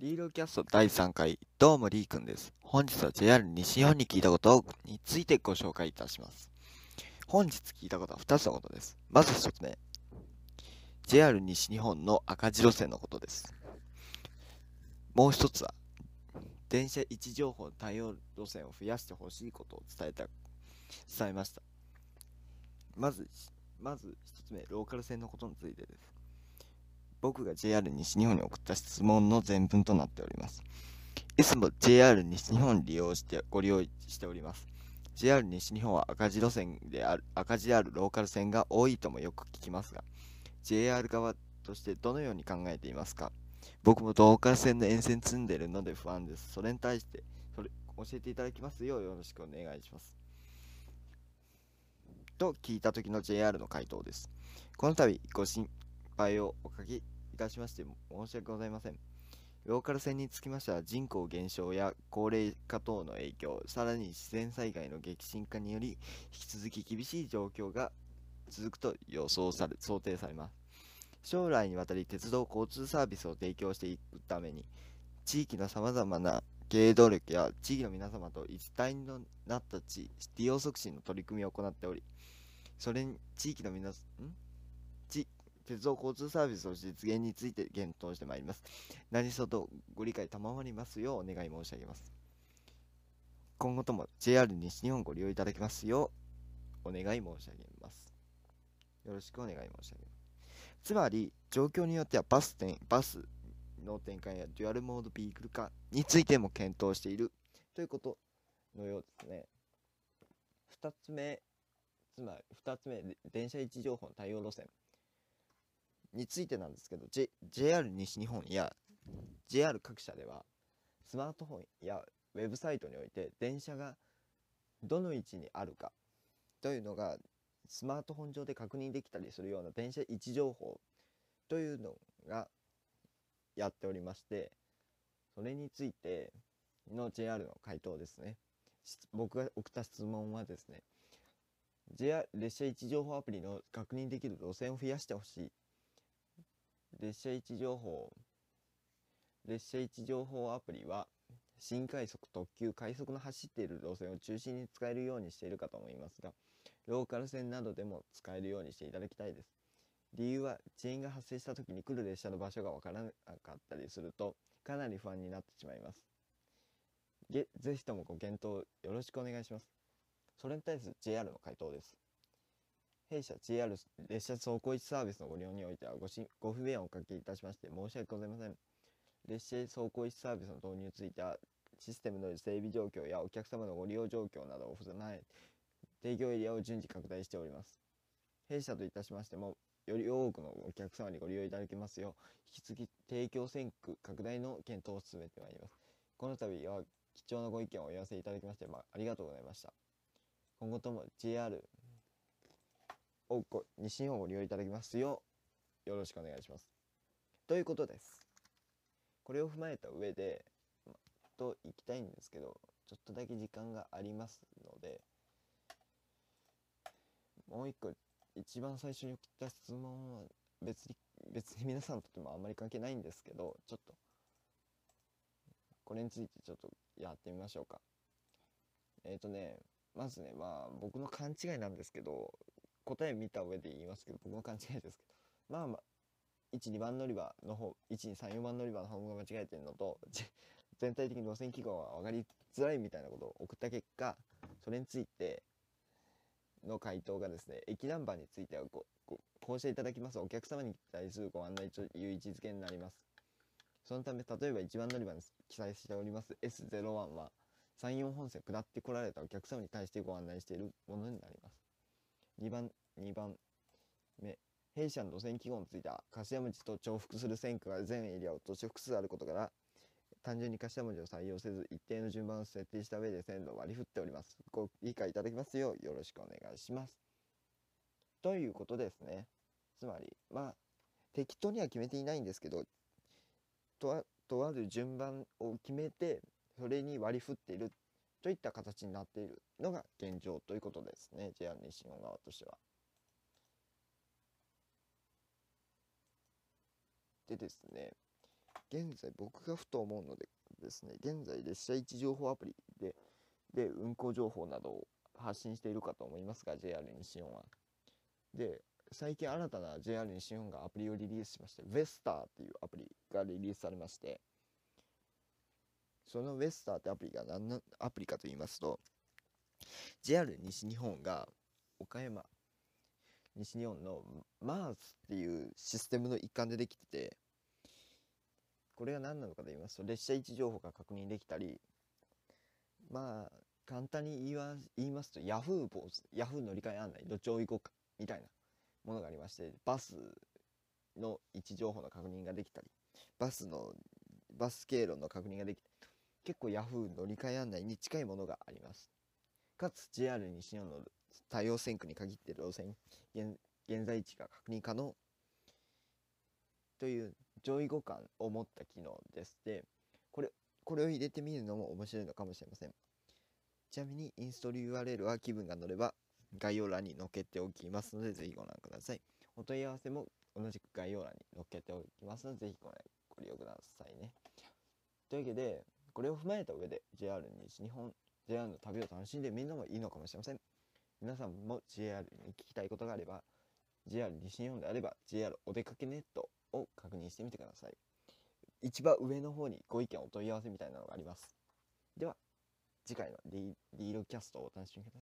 リードキャスト第3回、どうもリーくんです。本日は JR 西日本に聞いたことについてご紹介いたします。本日聞いたことは2つのことです。まず1つ目、JR 西日本の赤字路線のことです。もう1つは、電車位置情報対応路線を増やしてほしいことを伝えました。まず1つ目、ローカル線のことについてです。僕が JR 西日本に送った質問の全文となっております。いつも JR 西日本ご利用しております。JR 西日本は赤字であるローカル線が多いともよく聞きますが、JR 側としてどのように考えていますか？僕もローカル線の沿線積んでいるので不安です。それに対して、教えていただきますようよろしくお願いします。と聞いた時の JR の回答です。この度、ご心配をおかけいたしまして申し訳ございません。ローカル線につきましては人口減少や高齢化等の影響、さらに自然災害の激甚化により、引き続き厳しい状況が続くと想定されます。将来にわたり鉄道交通サービスを提供していくために、地域のさまざまな経営努力や地域の皆様と一体になった利用促進の取り組みを行っており、それに地域の皆さん、鉄道交通サービスの実現について検討してまいります。何卒ご理解賜りますようお願い申し上げます。今後とも JR 西日本ご利用いただきますようお願い申し上げます。よろしくお願い申し上げます。つまり、状況によってはバスの展開やデュアルモードビークル化についても検討しているということのようですね。2つ目、電車位置情報の対応路線についてなんですけど、JR 西日本や JR 各社ではスマートフォンやウェブサイトにおいて電車がどの位置にあるかというのがスマートフォン上で確認できたりするような電車位置情報というのがやっておりまして、それについての JR の回答ですね。僕が送った質問はですね、JR 列車位置情報アプリの確認できる路線を増やしてほしい。列車位置情報アプリは新快速、特急、快速の走っている路線を中心に使えるようにしているかと思いますが、ローカル線などでも使えるようにしていただきたいです。理由は遅延が発生した時に来る列車の場所がわからなかったりするとかなり不安になってしまいます。ぜひともご検討よろしくお願いします。それに対する JR の回答です。弊社 JR 列車走行位置サービスのご利用においてはご不便をおかけいたしまして申し訳ございません。列車走行位置サービスの導入についてはシステムの整備状況やお客様のご利用状況などを踏まえ提供エリアを順次拡大しております。弊社といたしましてもより多くのお客様にご利用いただけますよう引き続き提供線区拡大の検討を進めてまいります。この度は貴重なご意見をお寄せいただきましてありがとうございました。今後とも JR 西日本をご利用いただきますようよろしくお願いします。ということです。これを踏まえた上で行きたいんですけど、ちょっとだけ時間がありますので、もう一個一番最初に送った質問は別に皆さんとってもあんまり関係ないんですけど、ちょっとこれについてちょっとやってみましょうか。まずね、僕の勘違いなんですけど、答え見た上で言いますけど、僕の勘違いですけど、1、2番乗り場の方、1、2、3、4番乗り場の方が間違えてるのと、全体的に路線記号が分かりづらいみたいなことを送った結果、それについての回答がですね、駅ナンバーについてはこうしていただきますお客様に対するご案内という位置づけになります。そのため、例えば1番乗り場に記載しております S01 は山陽本線下ってこられたお客様に対してご案内しているものになります。2番目、弊社の路線記号については頭文字と重複する線区が全エリアをとし複数あることから単純に頭文字を採用せず一定の順番を設定した上で線路を割り振っております。ご理解いただきますようよろしくお願いします。ということですね。つまり適当には決めていないんですけど、とある順番を決めてそれに割り振っているといった形になっているのが現状ということですね。 JR 西日本側としては。でですね、 現在僕がふと思うのでですね、現在列車位置情報アプリで運行情報などを発信しているかと思いますが、 JR 西日本は。で、最近新たな JR 西日本がアプリをリリースしまして、ウェスターっていうアプリがリリースされまして、そのウェスターってアプリが何のアプリかと言いますと、 JR 西日本が岡山西日本の MARS っていうシステムの一環でできてて、これが何なのかと言いますと、列車位置情報が確認できたり、まあ簡単に言いますと、ヤフー乗り換え案内どっちを行こうかみたいなものがありまして、バスの位置情報の確認ができたり、バス経路の確認ができたり、結構ヤフー乗り換え案内に近いものがあります。かつ JR 西日本の多様線区に限って路線現在地が確認可能という上位互換を持った機能です。で、これを入れてみるのも面白いのかもしれません。ちなみにインストール URL は気分が乗れば概要欄に載っけておきますので、ぜひご覧ください。お問い合わせも同じく概要欄に載っけておきますので、ぜひご利用くださいね。というわけで、これを踏まえた上で JR 西日本 JR の旅を楽しんでみるのもいいのかもしれません。皆さんも JR に聞きたいことがあれば、 JR 西日本であれば JR お出かけネットを確認してみてください。一番上の方にご意見お問い合わせみたいなのがあります。では次回のリードキャストをお楽しみください。